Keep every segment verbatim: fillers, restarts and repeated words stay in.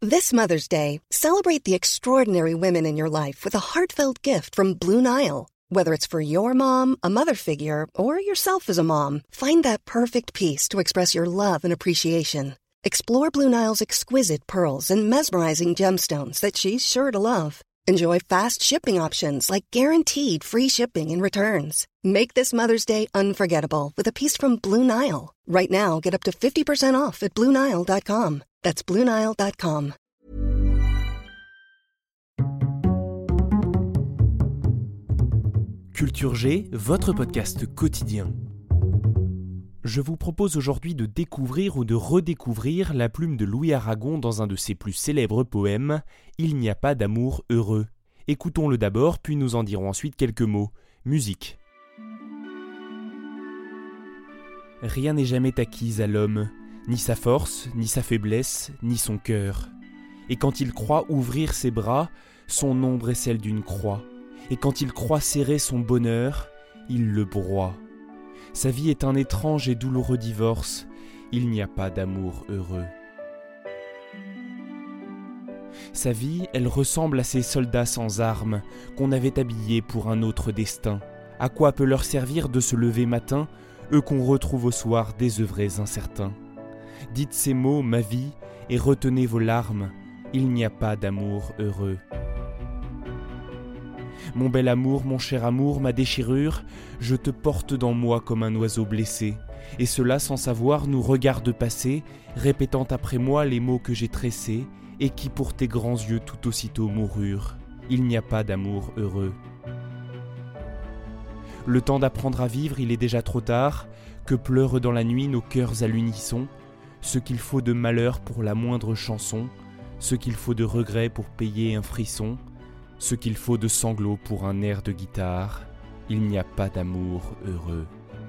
This Mother's Day, celebrate the extraordinary women in your life with a heartfelt gift from Blue Nile. Whether it's for your mom, a mother figure, or yourself as a mom, find that perfect piece to express your love and appreciation. Explore Blue Nile's exquisite pearls and mesmerizing gemstones that she's sure to love. Enjoy fast shipping options like guaranteed free shipping and returns. Make this Mother's Day unforgettable with a piece from Blue Nile. Right now, get up to fifty percent off at blue nile dot com. That's blue nile dot com. Culture G, votre podcast quotidien. Je vous propose aujourd'hui de découvrir ou de redécouvrir la plume de Louis Aragon dans un de ses plus célèbres poèmes, « Il n'y a pas d'amour heureux ». Écoutons-le d'abord, puis nous en dirons ensuite quelques mots. Musique. Rien n'est jamais acquis à l'homme, ni sa force, ni sa faiblesse, ni son cœur. Et quand il croit ouvrir ses bras, son ombre est celle d'une croix. Et quand il croit serrer son bonheur, il le broie. Sa vie est un étrange et douloureux divorce, il n'y a pas d'amour heureux. Sa vie, elle ressemble à ces soldats sans armes, qu'on avait habillés pour un autre destin. À quoi peut leur servir de se lever matin, eux qu'on retrouve au soir désœuvrés incertains. Dites ces mots, ma vie, et retenez vos larmes, il n'y a pas d'amour heureux. Mon bel amour, mon cher amour, ma déchirure, je te porte dans moi comme un oiseau blessé. Et cela sans savoir nous regarde passer, répétant après moi les mots que j'ai tressés, et qui pour tes grands yeux tout aussitôt moururent. Il n'y a pas d'amour heureux. Le temps d'apprendre à vivre, il est déjà trop tard, que pleurent dans la nuit nos cœurs à l'unisson, ce qu'il faut de malheur pour la moindre chanson, ce qu'il faut de regret pour payer un frisson, ce qu'il faut de sanglots pour un air de guitare, il n'y a pas d'amour heureux.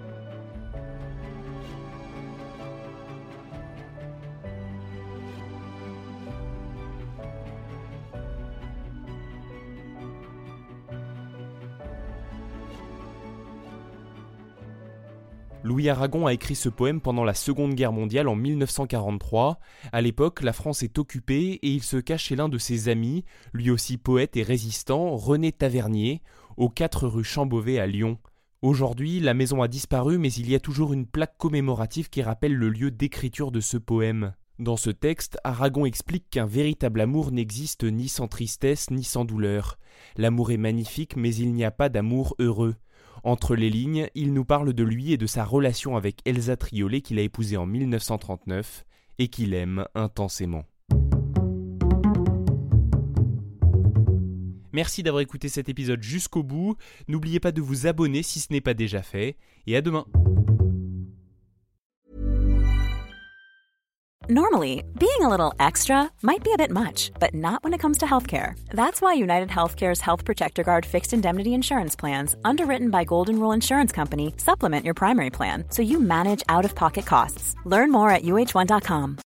Louis Aragon a écrit ce poème pendant la Seconde Guerre mondiale en mille neuf cent quarante-trois. À l'époque, la France est occupée et il se cache chez l'un de ses amis, lui aussi poète et résistant, René Tavernier, aux quatre rue Champ-Beauvais à Lyon. Aujourd'hui, la maison a disparu, mais il y a toujours une plaque commémorative qui rappelle le lieu d'écriture de ce poème. Dans ce texte, Aragon explique qu'un véritable amour n'existe ni sans tristesse ni sans douleur. L'amour est magnifique, mais il n'y a pas d'amour heureux. Entre les lignes, il nous parle de lui et de sa relation avec Elsa Triolet qu'il a épousée en mille neuf cent trente-neuf et qu'il aime intensément. Merci d'avoir écouté cet épisode jusqu'au bout. N'oubliez pas de vous abonner si ce n'est pas déjà fait. Et à demain. Normally, being a little extra might be a bit much, but not when it comes to healthcare. That's why United Healthcare's Health Protector Guard fixed indemnity insurance plans, underwritten by Golden Rule Insurance Company, supplement your primary plan so you manage out-of-pocket costs. Learn more at U H one dot com.